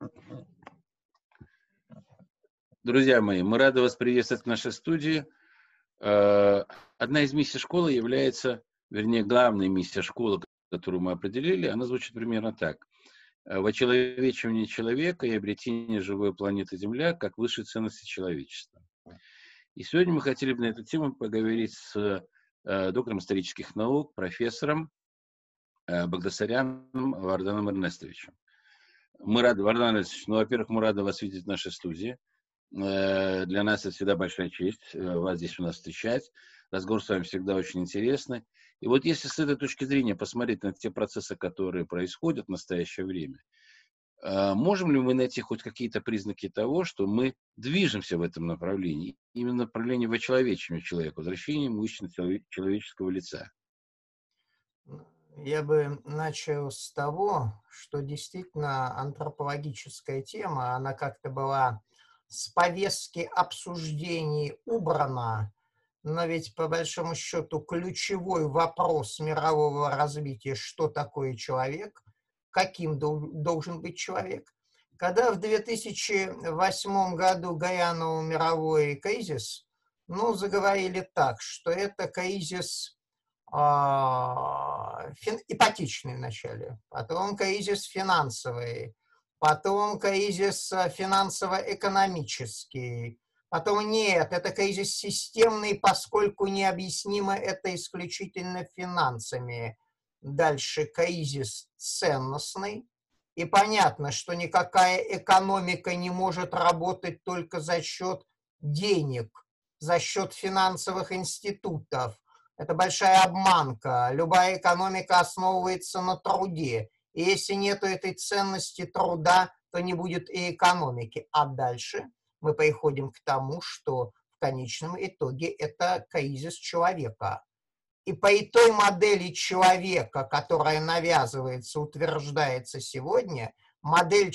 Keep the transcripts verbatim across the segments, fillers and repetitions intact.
Друзья мои, мы рады вас приветствовать в нашей студии. Э, Одна из миссий школы является, вернее, главная миссия школы, которую мы определили, она звучит примерно так. Э, Вочеловечивание человека и обретение живой планеты Земля как высшей ценности человечества. И сегодня мы хотели бы на эту тему поговорить с э, доктором исторических наук, профессором э, Багдасаряном Варданом Эрнестовичем. Мы рады, Вардан Эрнестович, ну, во-первых, мы рады вас видеть в нашей студии. Э, Для нас это всегда большая честь э, вас здесь у нас встречать. Разговор с вами всегда очень интересный. И вот если с этой точки зрения посмотреть на те процессы, которые происходят в настоящее время, э, можем ли мы найти хоть какие-то признаки того, что мы движемся в этом направлении, именно направлении вочеловечивания человека, возвращения ему истинно челове- человеческого лица? Я бы начал с того, что действительно антропологическая тема, она как-то была с повестки обсуждений убрана, но ведь по большому счету ключевой вопрос мирового развития, что такое человек, каким дол- должен быть человек. Когда в две тысячи восьмом году грянул мировой кризис, ну, заговорили так, что это кризис а, фин, ипотечный вначале, потом кризис финансовый, потом кризис а, финансово-экономический, потом нет, это кризис системный, поскольку необъяснимо это исключительно финансами. Дальше кризис ценностный, и понятно, что никакая экономика не может работать только за счет денег, за счет финансовых институтов. Это большая обманка. Любая экономика основывается на труде. И если нет этой ценности труда, то не будет и экономики. А дальше мы приходим к тому, что в конечном итоге это кризис человека. И по той модели человека, которая навязывается, утверждается сегодня, модель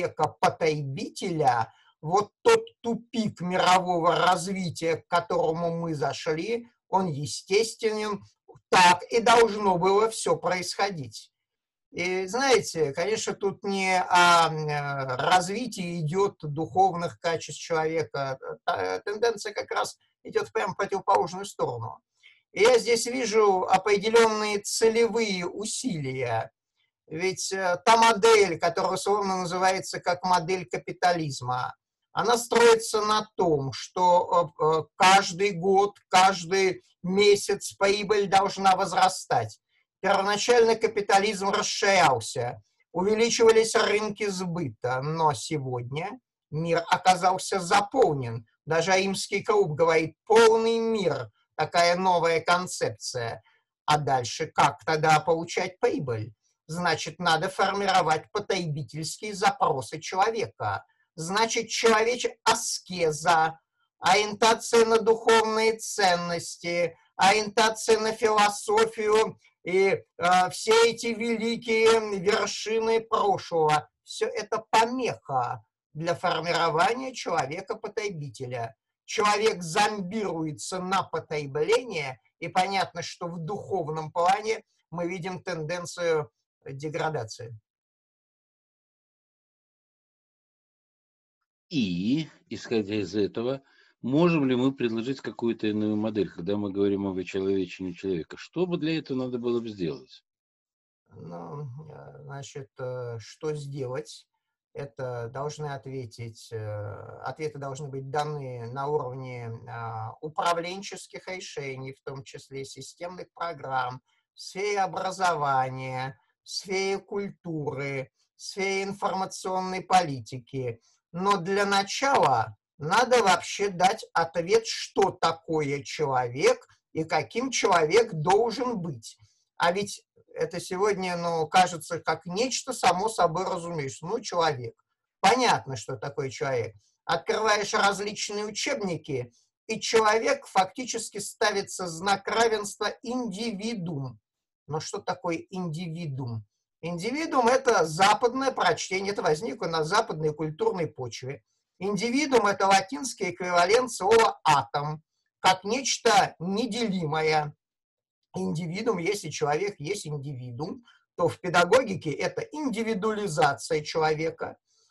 человека-потребителя, вот тот тупик мирового развития, к которому мы зашли, он естественен, так и должно было все происходить. И знаете, конечно, тут не о развитии идет духовных качеств человека, тенденция как раз идет прямо в противоположную сторону. И я здесь вижу определенные целевые усилия. Ведь э, та модель, которая условно называется как модель капитализма, она строится на том, что э, э, каждый год, каждый месяц прибыль должна возрастать. Первоначально капитализм расширялся, увеличивались рынки сбыта, но сегодня мир оказался заполнен. Даже Римский клуб говорит «полный мир», такая новая концепция. А дальше как тогда получать прибыль? Значит, надо формировать потребительские запросы человека. Значит, человеческая аскеза, ориентация на духовные ценности, ориентация на философию и э, все эти великие вершины прошлого. Все это помеха для формирования человека-потребителя. Человек зомбируется на потребление, и понятно, что в духовном плане мы видим тенденцию деградации. И, исходя из этого, можем ли мы предложить какую-то иную модель, когда мы говорим о вычеловечении человека? Что бы для этого надо было бы сделать? Ну, э, значит, э, что сделать? Это должны ответить, э, ответы должны быть даны на уровне а, управленческих решений, в том числе системных программ, в сфере образования, в сфере культуры, в сфере информационной политики. Но для начала надо вообще дать ответ, что такое человек и каким человек должен быть. А ведь это сегодня, ну, кажется, как нечто само собой разумеющееся. Ну, человек. Понятно, что такое человек. Открываешь различные учебники, и человек фактически ставится знак равенства индивидуум. Но что такое индивидуум? Индивидуум – это западное прочтение, это возникло на западной культурной почве. Индивидуум – это латинский эквивалент слова «атом», как нечто неделимое. Индивидуум, если человек есть индивидуум, то в педагогике это индивидуализация человека.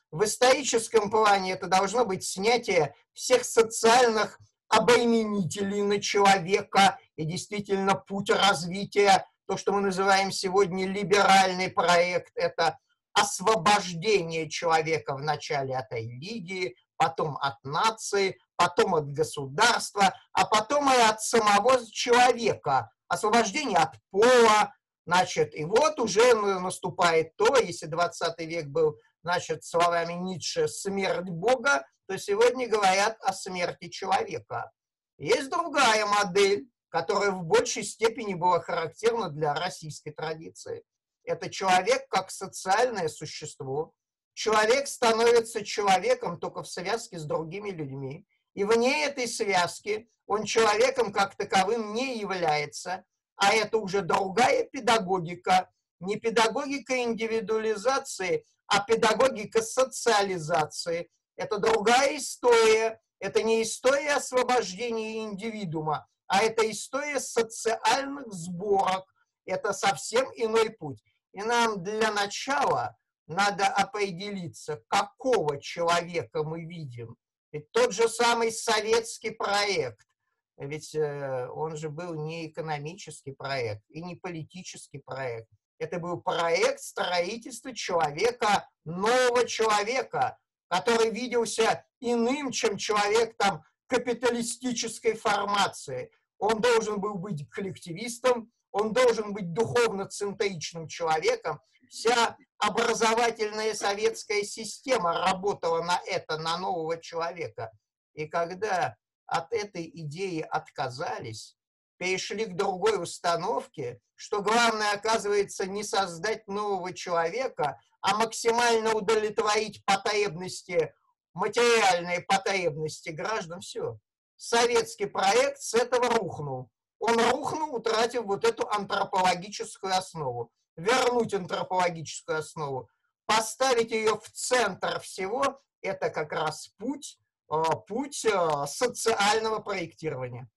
В историческом плане это должно быть снятие всех социальных обременителей на человека и действительно путь развития, то, что мы называем сегодня либеральный проект, это освобождение человека вначале от религии, потом от нации, потом от государства, а потом и от самого человека. Освобождение от пола, значит, и вот уже наступает то, если двадцатый век был, значит, словами Ницше, смерть Бога, то сегодня говорят о смерти человека. Есть другая модель, которая в большей степени была характерна для российской традиции. Это человек как социальное существо. Человек становится человеком только в связке с другими людьми. И вне этой связки он человеком как таковым не является. А это уже другая педагогика. Не педагогика индивидуализации, а педагогика социализации. Это другая история. Это не история освобождения индивидуума, а это история социальных сборок. Это совсем иной путь. И нам для начала надо определиться, какого человека мы видим. Ведь тот же самый советский проект, ведь он же был не экономический проект и не политический проект. Это был проект строительства человека, нового человека, который виделся иным, чем человек там капиталистической формации. Он должен был быть коллективистом, он должен быть духовно-центричным человеком. Вся образовательная советская система работала на это, на нового человека. И когда от этой идеи отказались, перешли к другой установке, что главное, оказывается, не создать нового человека, а максимально удовлетворить потребности, материальные потребности граждан, все. Советский проект с этого рухнул. Он рухнул, утратив вот эту антропологическую основу. Вернуть антропологическую основу, поставить ее в центр всего, это как раз путь, путь социального проектирования.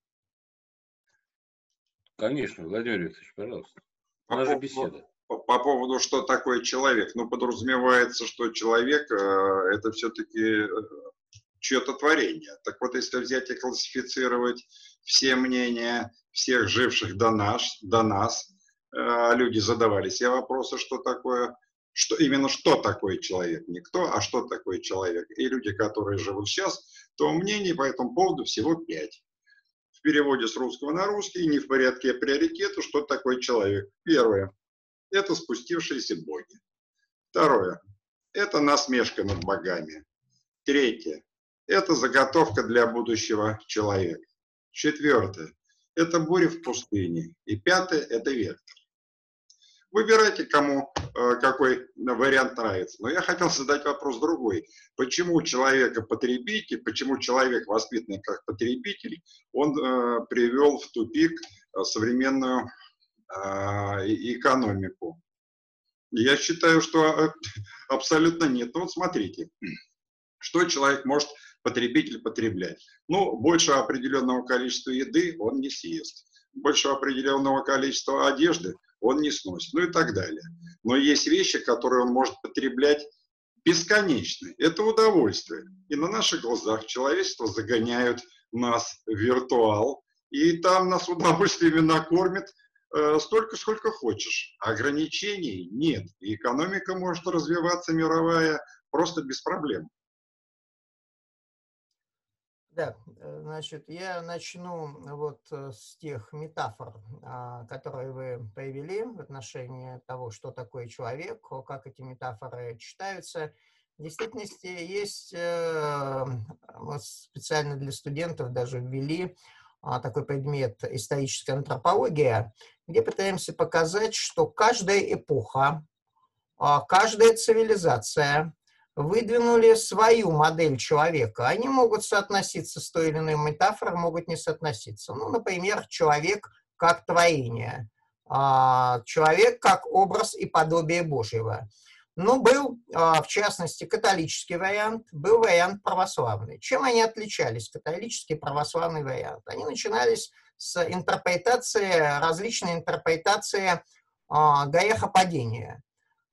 Конечно, Владимир Викторович, пожалуйста. По Наша поводу, беседа. По, по поводу, что такое человек. Ну, подразумевается, что человек э, это все-таки чье-то творение. Так вот, если взять и классифицировать все мнения всех живших до нас, до нас э, люди задавали себе вопросы, что такое, что, именно что такое человек. Не кто, а что такое человек. И люди, которые живут сейчас, то мнений по этому поводу всего пять. В переводе с русского на русский, не в порядке приоритета, что такое человек. Первое – это спустившиеся боги. Второе – это насмешка над богами. Третье – это заготовка для будущего человека. Четвертое – это буря в пустыне. И пятое – это вектор. Выбирайте, кому э, какой вариант нравится. Но я хотел задать вопрос другой. Почему человека-потребитель, почему человек, воспитанный как потребитель, он э, привел в тупик э, современную э, экономику? Я считаю, что э, абсолютно нет. Ну вот смотрите, что человек может, потребитель, потреблять? Ну, больше определенного количества еды он не съест. Больше определенного количества одежды он не сносит, ну и так далее. Но есть вещи, которые он может потреблять бесконечно. Это удовольствие. И на наших глазах человечество загоняют нас в виртуал, и там нас удовольствиями накормят э, столько, сколько хочешь. Ограничений нет. И экономика может развиваться мировая просто без проблем. Да, значит, я начну вот с тех метафор, которые вы привели в отношении того, что такое человек, как эти метафоры читаются. В действительности есть, мы специально для студентов даже ввели такой предмет историческая антропология, где пытаемся показать, что каждая эпоха, каждая цивилизация выдвинули свою модель человека. Они могут соотноситься с той или иной метафорой, могут не соотноситься. Ну, например, человек как творение, человек как образ и подобие Божьего. Ну, был, в частности, католический вариант, был вариант православный. Чем они отличались, католический и православный вариант? Они начинались с интерпретации, различной интерпретации грехопадения.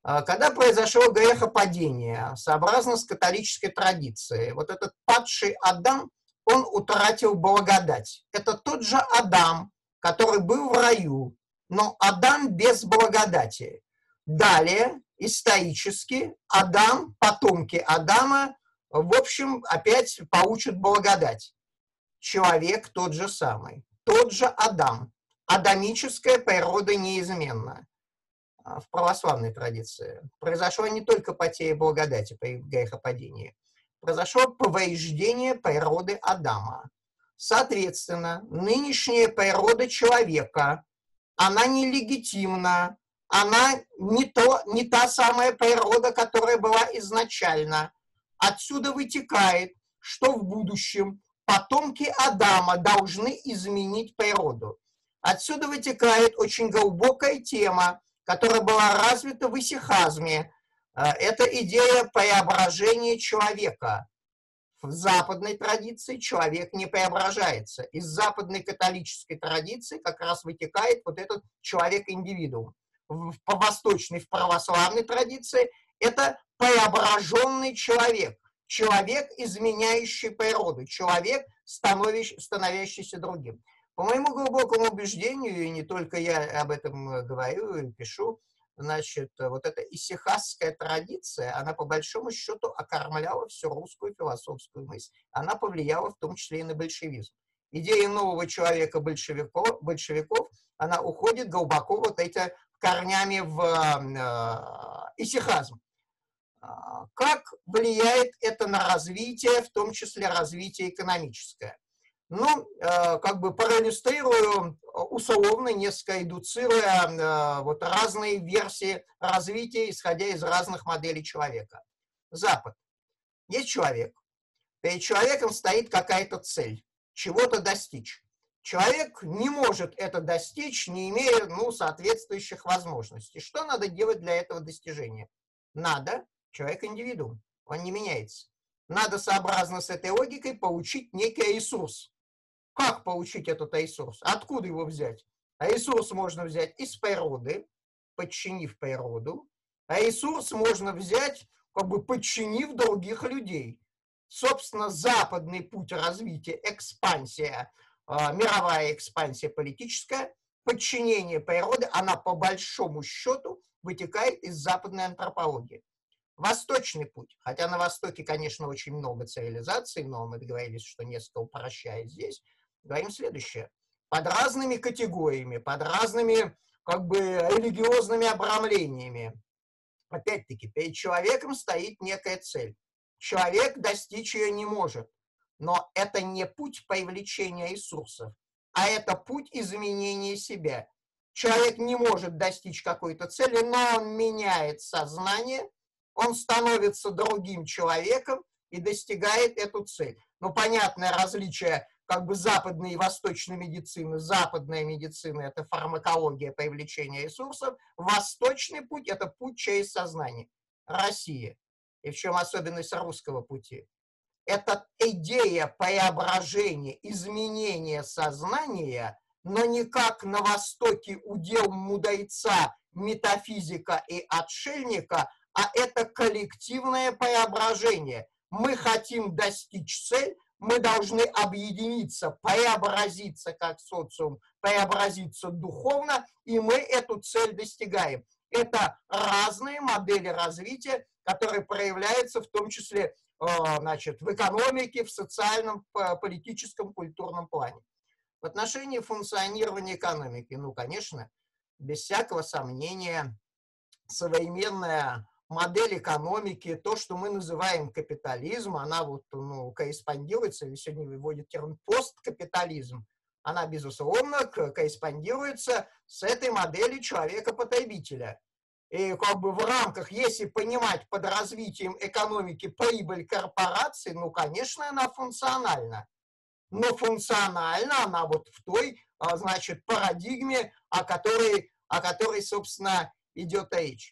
Когда произошло грехопадение, сообразно с католической традицией, вот этот падший Адам, он утратил благодать. Это тот же Адам, который был в раю, но Адам без благодати. Далее, исторически, Адам, потомки Адама, в общем, опять получат благодать. Человек тот же самый, тот же Адам. Адамическая природа неизменна. В православной традиции произошло не только потеря благодати при грехопадении, произошло повреждение природы Адама. Соответственно, нынешняя природа человека, она нелегитимна, она не, то, не та самая природа, которая была изначально. Отсюда вытекает, что в будущем потомки Адама должны изменить природу. Отсюда вытекает очень глубокая тема, которая была развита в исихазме. Это идея преображения человека. В западной традиции человек не преображается. Из западной католической традиции как раз вытекает вот этот человек-индивидуум. В восточной, в православной традиции это преображенный человек. Человек, изменяющий природу. Человек, становящийся другим. По моему глубокому убеждению, и не только я об этом говорю и пишу, значит, вот эта исихасская традиция, она по большому счету окормляла всю русскую философскую мысль. Она повлияла в том числе и на большевизм. Идея нового человека большевиков, большевиков она уходит глубоко вот эти корнями в э, исихазм. Как влияет это на развитие, в том числе развитие экономическое? Ну, как бы проиллюстрирую условно, несколько эдуцируя вот разные версии развития, исходя из разных моделей человека. Запад. Есть человек. Перед человеком стоит какая-то цель, чего-то достичь. Человек не может это достичь, не имея, ну, соответствующих возможностей. Что надо делать для этого достижения? Надо, человек индивидуум, он не меняется. Надо, сообразно с этой логикой, получить некий ресурс. Как получить этот ресурс? Откуда его взять? Ресурс можно взять из природы, подчинив природу. А ресурс можно взять, как бы подчинив других людей. Собственно, западный путь развития, экспансия, э, мировая экспансия политическая, подчинение природы, она по большому счету вытекает из западной антропологии. Восточный путь, хотя на Востоке, конечно, очень много цивилизаций, но мы договорились, что несколько упрощая здесь, говорим следующее. Под разными категориями, под разными как бы религиозными обрамлениями, опять-таки, перед человеком стоит некая цель. Человек достичь ее не может, но это не путь привлечения ресурсов, а это путь изменения себя. Человек не может достичь какой-то цели, но он меняет сознание, он становится другим человеком и достигает эту цель. Ну, понятное различие как бы западной и восточной медицины. Западная медицина – это фармакология привлечения ресурсов. Восточный путь – это путь через сознание. Россия. И в чем особенность русского пути? Это идея преображения, изменения сознания, но не как на Востоке удел мудреца, метафизика и отшельника, а это коллективное преображение. Мы хотим достичь цель, мы должны объединиться, преобразиться как социум, преобразиться духовно, и мы эту цель достигаем. Это разные модели развития, которые проявляются в том числе значит, в экономике, в социальном, политическом, культурном плане. В отношении функционирования экономики, ну, конечно, без всякого сомнения, современная модель экономики, то, что мы называем капитализм, она вот, ну, корреспондируется, сегодня выводит термин посткапитализм, она, безусловно, корреспондируется с этой моделью человека-потребителя. И как бы в рамках, если понимать под развитием экономики прибыль корпораций, ну, конечно, она функциональна. Но функциональна она вот в той, значит, парадигме, о которой, о которой, собственно, идет речь.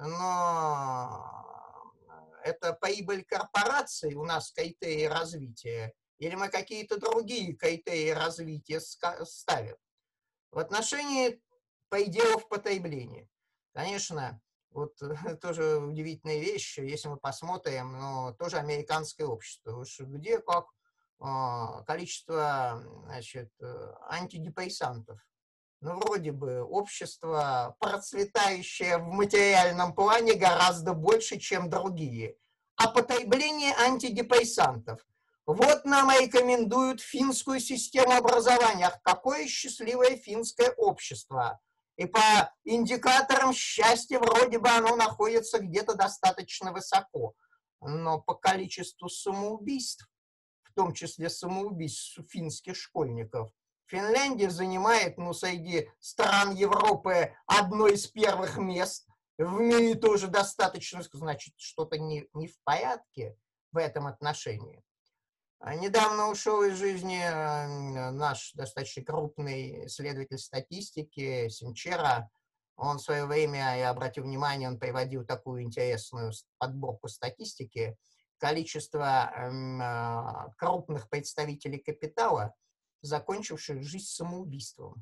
Но это прибыль корпораций у нас критерии развития, или мы какие-то другие критерии развития ставим? В отношении пределов потребления. Конечно, Вот тоже удивительная вещь, если мы посмотрим, ну, тоже американское общество. Уж где как а, количество, значит, антидепрессантов. Ну, вроде бы общество, процветающее в материальном плане, гораздо больше, чем другие. А потребление антидепрессантов. Вот нам рекомендуют финскую систему образования. Ах, какое счастливое финское общество. И по индикаторам счастья вроде бы оно находится где-то достаточно высоко. Но по количеству самоубийств, в том числе самоубийств финских школьников, Финляндия занимает, ну, среди стран Европы одно из первых мест. В мире тоже достаточно, значит, что-то не, не в порядке в этом отношении. Недавно ушел из жизни наш достаточно крупный исследователь статистики Синчера. Он в свое время, я обратил внимание, он приводил такую интересную подборку статистики. Количество крупных представителей капитала, закончивших жизнь самоубийством.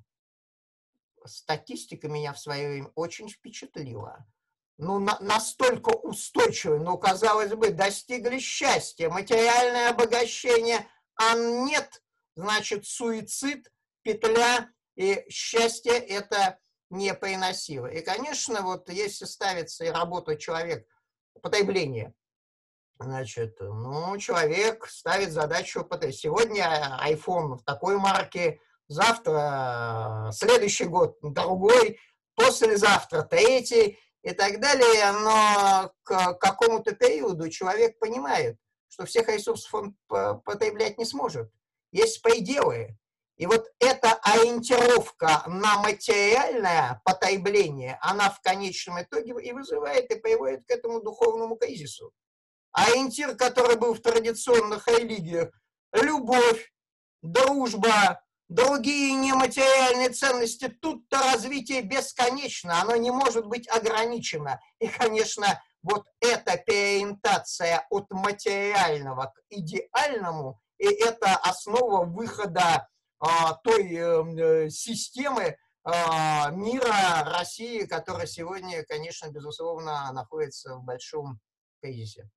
Статистика меня в свое время очень впечатлила. Ну, на, настолько устойчивы, но, казалось бы, достигли счастья, материальное обогащение, а нет, значит, суицид, петля, и счастье это не приносило. И, конечно, вот если ставится и работает человек, потребление, значит, ну, человек ставит задачу, сегодня iPhone такой марки, завтра, следующий год другой, послезавтра третий, и так далее, но к какому-то периоду человек понимает, что всех ресурсов он потреблять не сможет. Есть пределы. И вот эта ориентировка на материальное потребление, она в конечном итоге и вызывает, и приводит к этому духовному кризису. Ориентир, который был в традиционных религиях, любовь, дружба, другие нематериальные ценности, тут-то развитие бесконечно, оно не может быть ограничено. И, конечно, вот эта переориентация от материального к идеальному, и это основа выхода а, той э, системы а, мира России, которая сегодня, конечно, безусловно, находится в большом кризисе.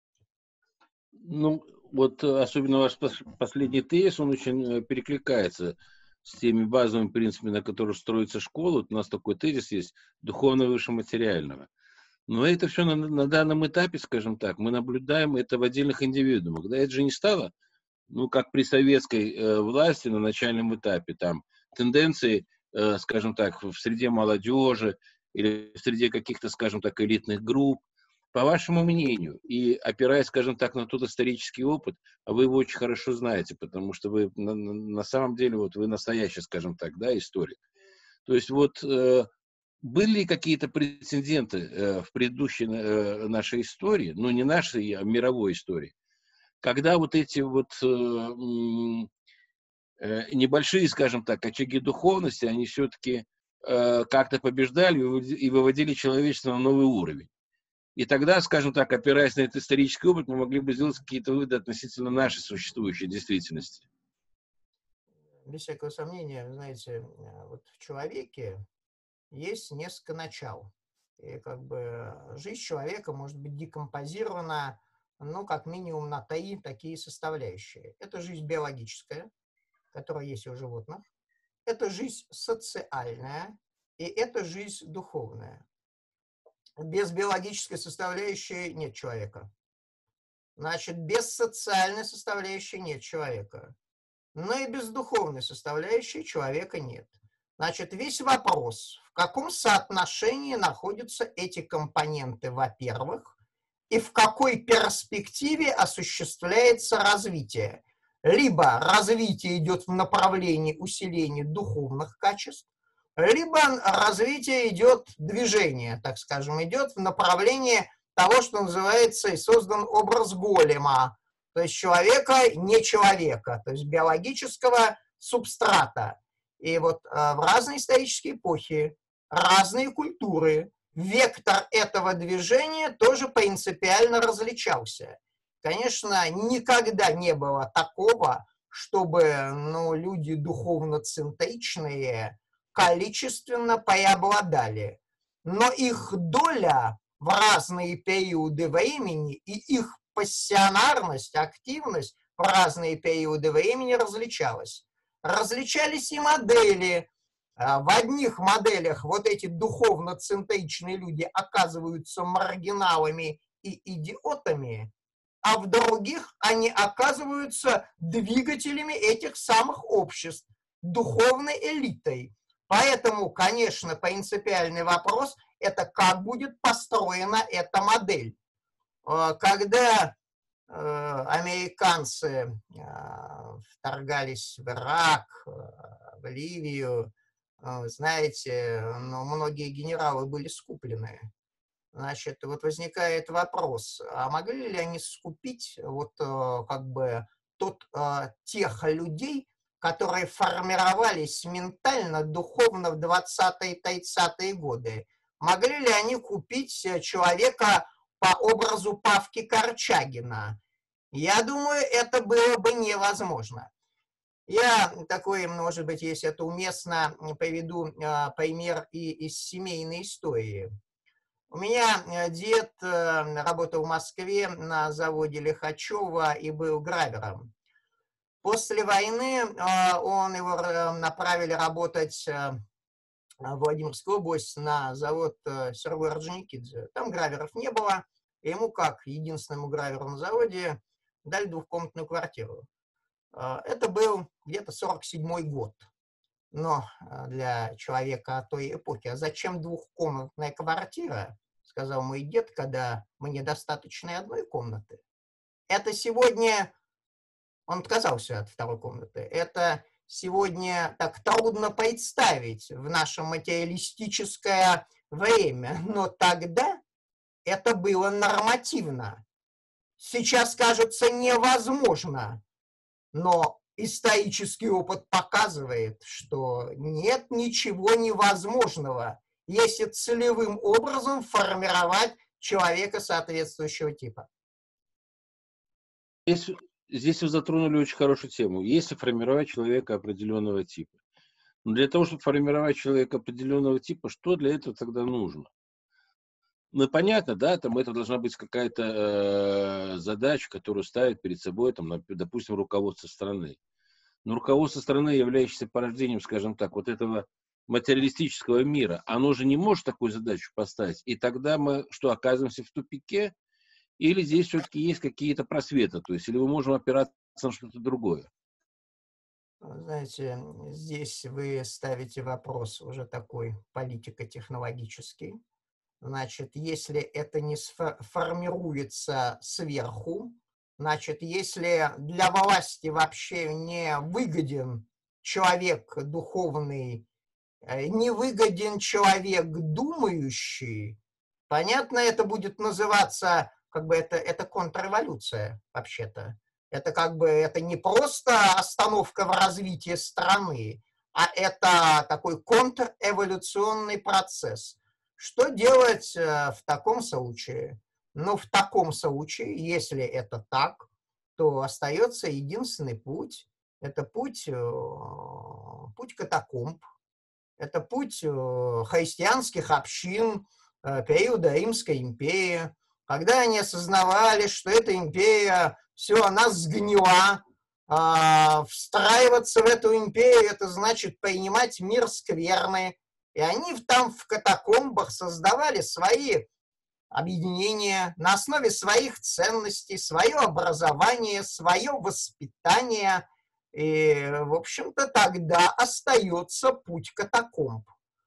Ну, вот особенно ваш последний тезис, он очень перекликается с теми базовыми принципами, на которых строится школа. Вот у нас такой тезис есть: духовно выше материального. Но это все на, на данном этапе, скажем так, мы наблюдаем это в отдельных индивидуумах. Да, это же не стало, ну, как при советской э, власти на начальном этапе, там, тенденции, э, скажем так, в среде молодежи или в среде каких-то, скажем так, элитных групп. По вашему мнению, и опираясь, скажем так, на тот исторический опыт, а вы его очень хорошо знаете, потому что вы на, на самом деле, вот вы настоящий, скажем так, да, историк. То есть вот э, были ли какие-то прецеденты э, в предыдущей э, нашей истории, ну не нашей, а мировой истории, когда вот эти вот э, э, небольшие, скажем так, очаги духовности, они все-таки э, как-то побеждали и выводили человечество на новый уровень? И тогда, скажем так, опираясь на этот исторический опыт, мы могли бы сделать какие-то выводы относительно нашей существующей действительности. Без всякого сомнения, вы знаете, вот в человеке есть несколько начал. И как бы жизнь человека может быть декомпозирована, ну, как минимум на три такие составляющие. Это жизнь биологическая, которая есть у животных. Это жизнь социальная, и это жизнь духовная. Без биологической составляющей нет человека. Значит, без социальной составляющей нет человека. Но и без духовной составляющей человека нет. Значит, весь вопрос, в каком соотношении находятся эти компоненты, во-первых, и в какой перспективе осуществляется развитие. Либо развитие идет в направлении усиления духовных качеств, либо развитие идет, движение, так скажем, идет в направлении того, что называется, и создан образ голема, то есть человека, не человека, то есть биологического субстрата. И вот в разные исторические эпохи, разные культуры, вектор этого движения тоже принципиально различался. Конечно, никогда не было такого, чтобы, ну, люди духовно-центричные количественно преобладали. но их доля в разные периоды времени и их пассионарность, активность в разные периоды времени различалась. Различались и модели. В одних моделях вот эти духовно-центричные люди оказываются маргиналами и идиотами, а в других они оказываются двигателями этих самых обществ, духовной элитой. Поэтому, конечно, принципиальный вопрос – это как будет построена эта модель. Когда американцы вторгались в Ирак, в Ливию, знаете, ну, многие генералы были скуплены. Значит, вот возникает вопрос, а могли ли они скупить вот как бы тот, тех людей, которые формировались ментально, духовно в двадцатые-тридцатые годы? Могли ли они купить человека по образу Павки Корчагина? Я думаю, это было бы невозможно. Я такой, может быть, если это уместно, приведу пример и из семейной истории. У меня дед работал в Москве на заводе Лихачева и был гравером. После войны он его направили работать в Владимирскую область на завод Сергея Орджоникидзе. Там граверов не было, и ему, как единственному граверу на заводе, дали двухкомнатную квартиру. Это был где-то сорок седьмой год. Но для человека той эпохи, а зачем двухкомнатная квартира, сказал мой дед, когда мне достаточно и одной комнаты. Это сегодня, он отказался от второй комнаты, это сегодня так трудно представить в наше материалистическое время, но тогда это было нормативно. Сейчас кажется невозможно, но исторический опыт показывает, что нет ничего невозможного, если целевым образом формировать человека соответствующего типа. Здесь, здесь вы затронули очень хорошую тему. Если формировать человека определенного типа. Но для того, чтобы формировать человека определенного типа, что для этого тогда нужно? Ну, понятно, да, там это должна быть какая-то э, задача, которую ставит перед собой, там, допустим, руководство страны. Но руководство страны, являющееся порождением, скажем так, вот этого материалистического мира, оно же не может такую задачу поставить. И тогда мы что, оказываемся в тупике? Или здесь все-таки есть какие-то просветы? То есть, или мы можем опираться на что-то другое? Знаете, здесь вы ставите вопрос уже такой политико-технологический. Значит, если это не формируется сверху, значит, если для власти вообще не выгоден человек духовный, не выгоден человек думающий, понятно, это будет называться, как бы это, это контрреволюция вообще-то. Это как бы, это не просто остановка в развитии страны, а это такой контрреволюционный процесс. Что делать в таком случае? Ну, в таком случае, если это так, то остается единственный путь. Это путь, путь катакомб, это путь христианских общин периода Римской империи, когда они осознавали, что эта империя, все, она сгнила. Встраиваться в эту империю, это значит принимать мир скверный. И они там в катакомбах создавали свои объединения на основе своих ценностей, свое образование, свое воспитание. И, в общем-то, тогда остается путь катакомб.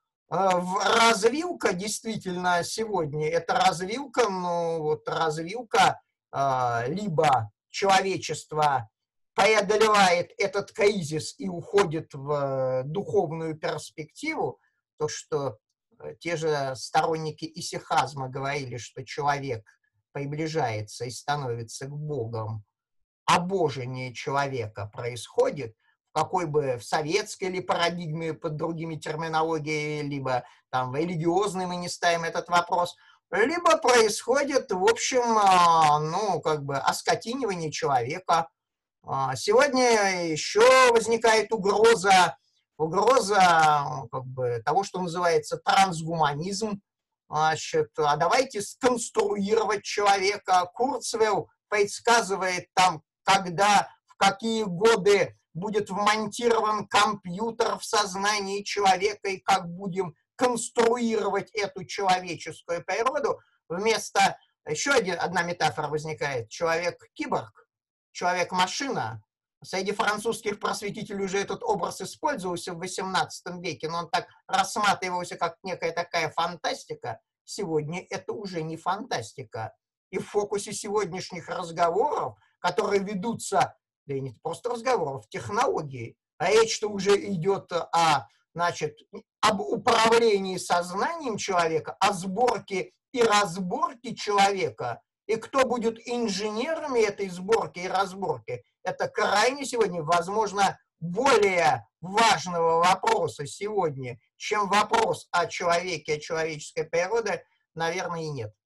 Развилка действительно сегодня, это развилка, ну, вот развилка, либо человечество преодолевает этот кризис и уходит в духовную перспективу, то, что те же сторонники исихазма говорили, что человек приближается и становится к Богам, обожение человека происходит, в какой бы в советской или парадигме, под другими терминологиями, либо там в религиозной мы не ставим этот вопрос, либо происходит, в общем, ну, как бы оскотинивание человека. Сегодня еще возникает угроза, угроза как бы, того, что называется трансгуманизм, значит, а давайте сконструировать человека. Курцвелл предсказывает там, когда, в какие годы будет вмонтирован компьютер в сознании человека и как будем конструировать эту человеческую природу. Вместо, еще один, одна метафора возникает, человек-киборг, человек-машина. Среди французских просветителей уже этот образ использовался в восемнадцатом веке, но он так рассматривался как некая такая фантастика. Сегодня это уже не фантастика. И в фокусе сегодняшних разговоров, которые ведутся, да и не просто разговоров, технологий, а речь-то уже идет о, значит, об управлении сознанием человека, о сборке и разборке человека. И кто будет инженерами этой сборки и разборки, это крайне сегодня, возможно, более важного вопроса сегодня, чем вопрос о человеке, о человеческой природе, наверное, и нет.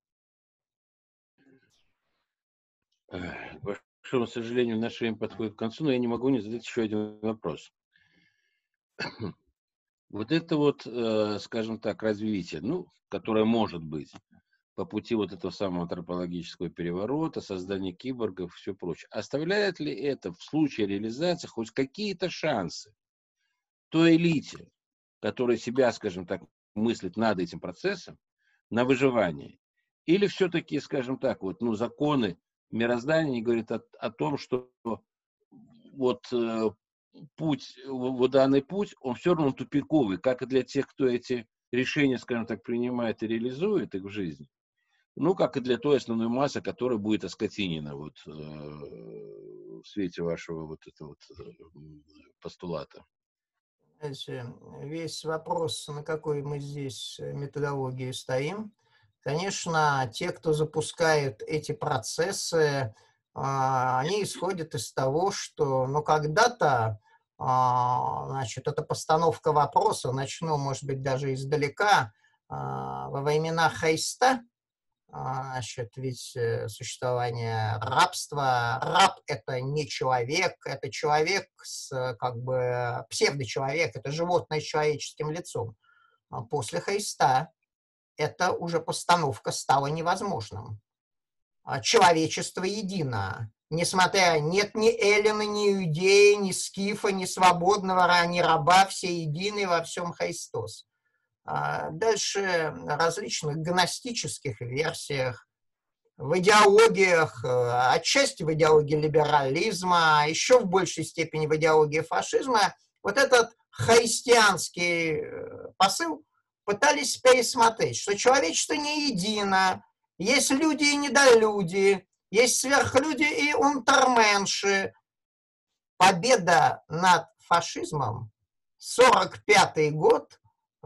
К большому сожалению, наше время подходит к концу, но я не могу не задать еще один вопрос. Вот это вот, скажем так, развитие, ну, которое может быть по пути вот этого самого антропологического переворота, создания киборгов и все прочее, оставляет ли это в случае реализации хоть какие-то шансы той элите, которая себя, скажем так, мыслит над этим процессом, на выживание? Или все-таки, скажем так, вот, ну, законы мироздания говорят о, о том, что вот э, путь, вот данный путь, он все равно тупиковый, как и для тех, кто эти решения, скажем так, принимает и реализует их в жизни, ну, как и для той основной массы, которая будет оскотинена вот, э, в свете вашего вот этого вот, э, постулата. Весь вопрос, на какой мы здесь методологии стоим. Конечно, те, кто запускает эти процессы, они исходят из того, что, ну, когда-то, значит, эта постановка вопроса, начну, может быть, даже издалека, во времена Христа, значит, ведь существование рабства, раб — это не человек, это человек с, как бы, псевдочеловек, это животное с человеческим лицом. После Христа эта уже постановка стала невозможным. Человечество едино. Несмотря, нет ни эллина, ни иудея, ни скифа, ни свободного, ни раба, все едины, во всем Христос. Дальше в различных гностических версиях, в идеологиях, отчасти в идеологии либерализма, еще в большей степени в идеологии фашизма, вот этот христианский посыл пытались пересмотреть, что человечество не едино, есть люди и недолюди, есть сверхлюди и унтерменши. Победа над фашизмом, сорок пятый год,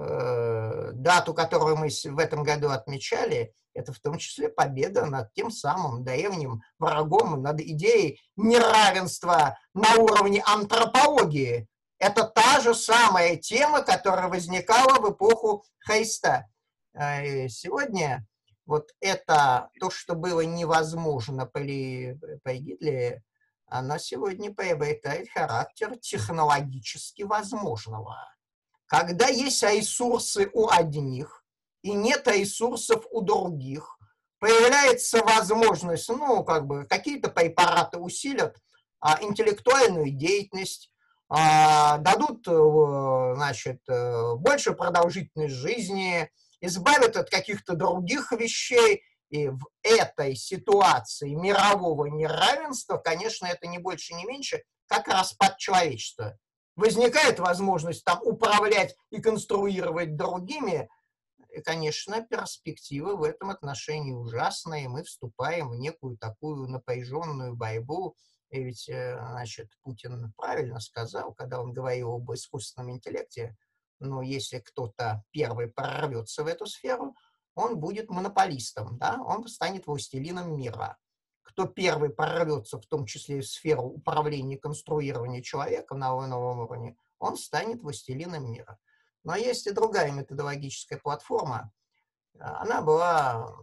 дату, которую мы в этом году отмечали, это в том числе победа над тем самым древним врагом, над идеей неравенства на уровне антропологии. Это та же самая тема, которая возникала в эпоху Христа. Сегодня вот это, то, что было невозможно при, при Гитлере, оно сегодня приобретает характер технологически возможного. Когда есть ресурсы у одних и нет ресурсов у других, появляется возможность, ну, как бы, какие-то препараты усилят а, интеллектуальную деятельность, а, дадут, значит, больше продолжительность жизни, избавят от каких-то других вещей. И в этой ситуации мирового неравенства, конечно, это не больше, не меньше, как распад человечества. Возникает возможность там управлять и конструировать другими, и, конечно, перспективы в этом отношении ужасные. Мы вступаем в некую такую напряженную борьбу. И ведь, значит, Путин правильно сказал, когда он говорил об искусственном интеллекте, но если кто-то первый прорвется в эту сферу, он будет монополистом, да? Он станет властелином мира. Кто первый прорвется, в том числе в сферу управления и конструирования человека на новом уровне, он станет властелином мира. Но есть и другая методологическая платформа. Она была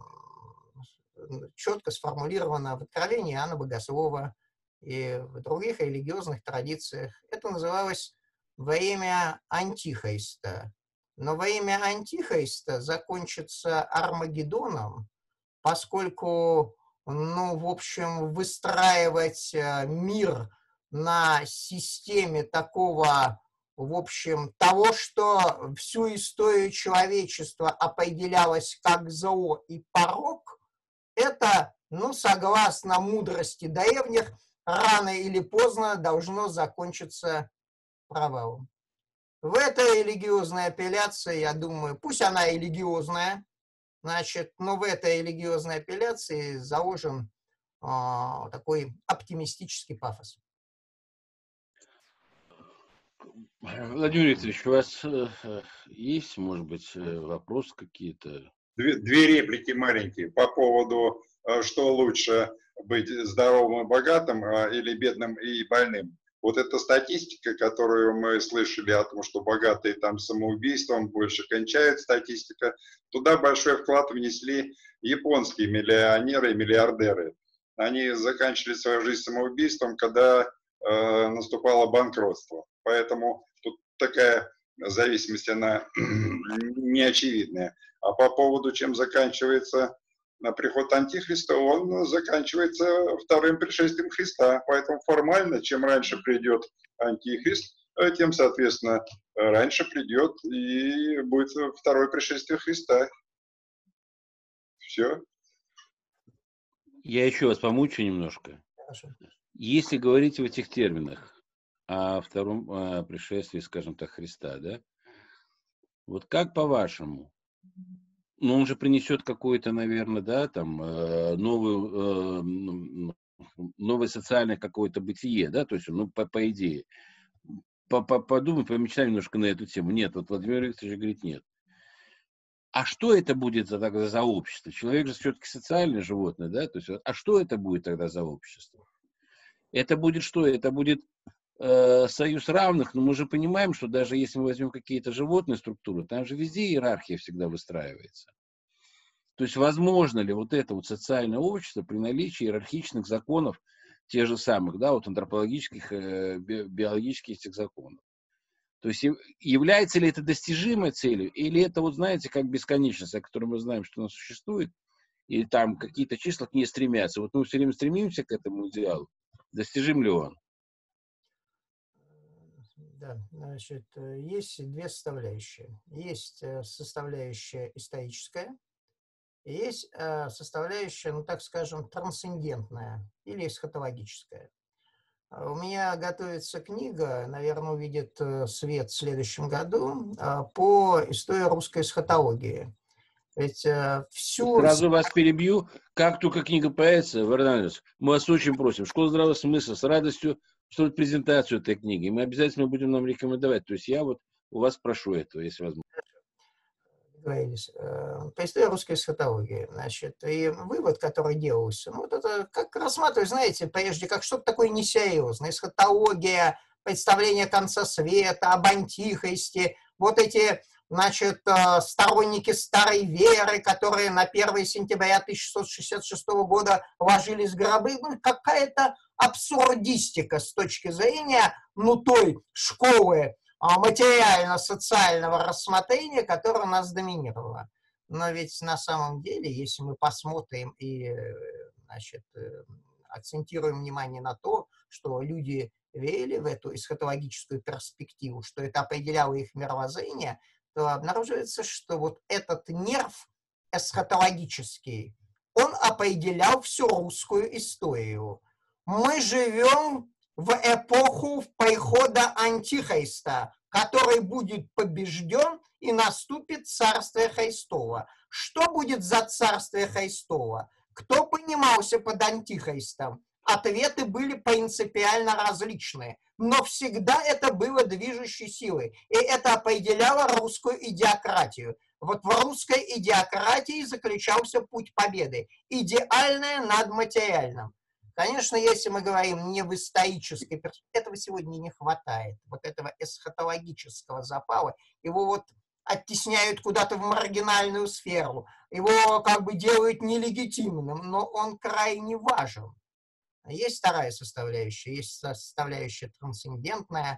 четко сформулирована в Откровении Иоанна Богослова и в других религиозных традициях. Это называлось «Время Антихриста». Но во имя Антихриста закончится Армагеддоном, поскольку, ну, в общем, выстраивать мир на системе такого, в общем, того, что всю историю человечества определялось как зло и порок, это, ну, согласно мудрости древних, рано или поздно должно закончиться провалом. В этой религиозной апелляции, я думаю, пусть она и религиозная, значит, но в этой религиозной апелляции заложен а, такой оптимистический пафос. Владимир Викторович, у вас э, есть, может быть, вопросы какие-то? Две, две реплики маленькие по поводу, что лучше быть здоровым и богатым или бедным и больным. Вот эта статистика, которую мы слышали о том, что богатые там самоубийством больше кончают, статистика, туда большой вклад внесли японские миллионеры и миллиардеры. Они заканчивали свою жизнь самоубийством, когда э, наступало банкротство. Поэтому тут такая зависимость, она неочевидная. А по поводу, чем заканчивается приход Антихриста, он заканчивается вторым пришествием Христа. Поэтому формально, чем раньше придет Антихрист, тем, соответственно, раньше придет и будет второе пришествие Христа. Все. Я еще вас помучу немножко. Хорошо. Если говорить в этих терминах о втором о пришествии, скажем так, Христа, да? Вот как по-вашему? Ну, он же принесет какое-то, наверное, да, там, новую, новое социальное какое-то бытие, да, то есть, ну, по, по идее. Подумай, помечтай немножко на эту тему. Нет, вот Владимир Викторович говорит нет. А что это будет за, тогда за общество? Человек же все-таки социальное животное, да, то есть, а что это будет тогда за общество? Это будет что? Это будет э, союз равных, но мы же понимаем, что даже если мы возьмем какие-то животные структуры, там же везде иерархия всегда выстраивается. То есть возможно ли вот это вот социальное общество при наличии иерархичных законов, тех же самых, да, вот антропологических, э, би, биологических этих законов? То есть является ли это достижимой целью, или это, вот знаете, как бесконечность, о которой мы знаем, что она существует, и там какие-то числа к ней стремятся. Вот мы все время стремимся к этому идеалу. Достижим ли он? Да, значит, есть две составляющие. Есть составляющая историческая, и есть составляющая, ну так скажем, трансцендентная или эсхатологическая. У меня готовится книга, наверное, увидит свет в следующем году, по истории русской эсхатологии. Ведь всю... Сразу вас перебью. Как только книга появится, Вардан, мы вас очень просим. Школа здравого смысла с радостью устроит презентацию этой книги. Мы обязательно будем нам рекомендовать. То есть я вот у вас прошу этого, если возможно. Договорились. По истории русской эсхатологии. Значит, и вывод, который делался, ну, вот это как рассматривать, знаете, прежде как что-то такое несерьезное. Эсхатология, представление конца света, об антихристе, вот эти, значит, сторонники старой веры, которые на первое сентября тысяча шестьсот шестьдесят шестого года ложились в гробы, ну, какая-то абсурдистика с точки зрения, ну, той школы материально-социального рассмотрения, которое у нас доминировало. Но ведь на самом деле, если мы посмотрим и, значит, акцентируем внимание на то, что люди верили в эту эсхатологическую перспективу, что это определяло их мировоззрение, то обнаруживается, что вот этот нерв эсхатологический, он определял всю русскую историю. Мы живем в эпоху прихода Антихриста, который будет побежден, и наступит Царствие Христово. Что будет за Царствие Христово? Кто понимался под Антихристом? Ответы были принципиально различные, но всегда это было движущей силой, и это определяло русскую идиократию. Вот в русской идиократии заключался путь победы, идеальное над материальным. Конечно, если мы говорим не в исторической перспективе, этого сегодня не хватает, вот этого эсхатологического запала, его вот оттесняют куда-то в маргинальную сферу, его как бы делают нелегитимным, но он крайне важен. Есть вторая составляющая, есть составляющая трансцендентная,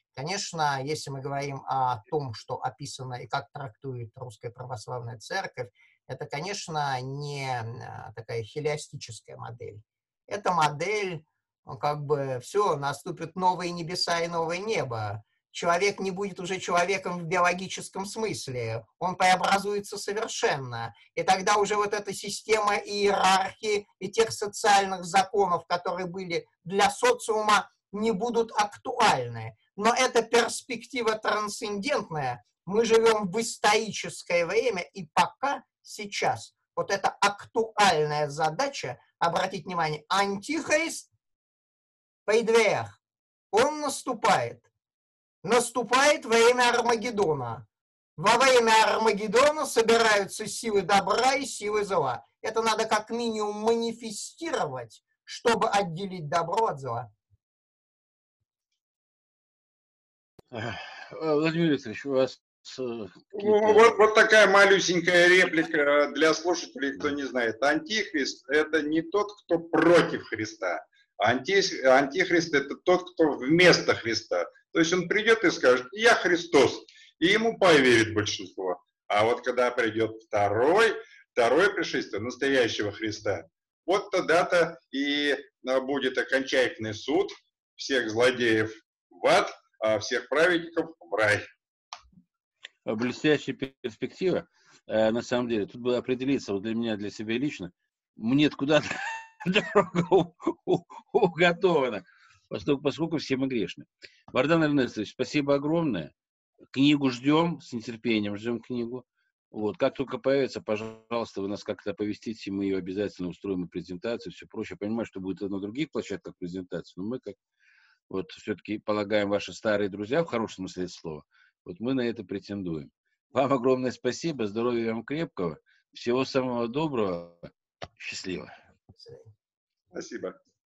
Конечно, если мы говорим о том, что описано и как трактует Русская Православная Церковь, это, конечно, не а, такая хелиастическая модель. Это модель, ну, как бы, все, наступят новые небеса и новое небо. Человек не будет уже человеком в биологическом смысле, он преобразуется совершенно. И тогда уже вот эта система иерархии и тех социальных законов, которые были для социума, не будут актуальны. Но эта перспектива трансцендентная. Мы живем в историческое время, и пока сейчас вот эта актуальная задача, обратить внимание, антихрист при дверях, он наступает. Наступает время Армагеддона. Во время Армагеддона собираются силы добра и силы зла. Это надо как минимум манифестировать, чтобы отделить добро от зла. Владимир Викторович, у вас... Вот, вот такая малюсенькая реплика для слушателей, кто не знает. Антихрист – это не тот, кто против Христа. Анти, антихрист – это тот, кто вместо Христа. То есть он придет и скажет: «Я Христос», и ему поверит большинство. А вот когда придет второй, второе пришествие настоящего Христа, вот тогда-то и будет окончательный суд, всех злодеев в ад, а всех праведников в рай. Блестящая перспектива. На самом деле, тут было определиться вот для меня, для себя лично, мне куда-то дорога уготована, поскольку, поскольку все мы грешны. Вардан Эрнестович, спасибо огромное. Книгу ждем, с нетерпением ждем книгу. Вот, как только появится, пожалуйста, вы нас как-то оповестите, мы ее обязательно устроим и презентацию, все прочее. Понимаю, что будет на других площадках презентации, но мы как вот все-таки полагаем, ваши старые друзья, в хорошем смысле слова, вот мы на это претендуем. Вам огромное спасибо, здоровья вам крепкого, всего самого доброго, счастливо. Спасибо.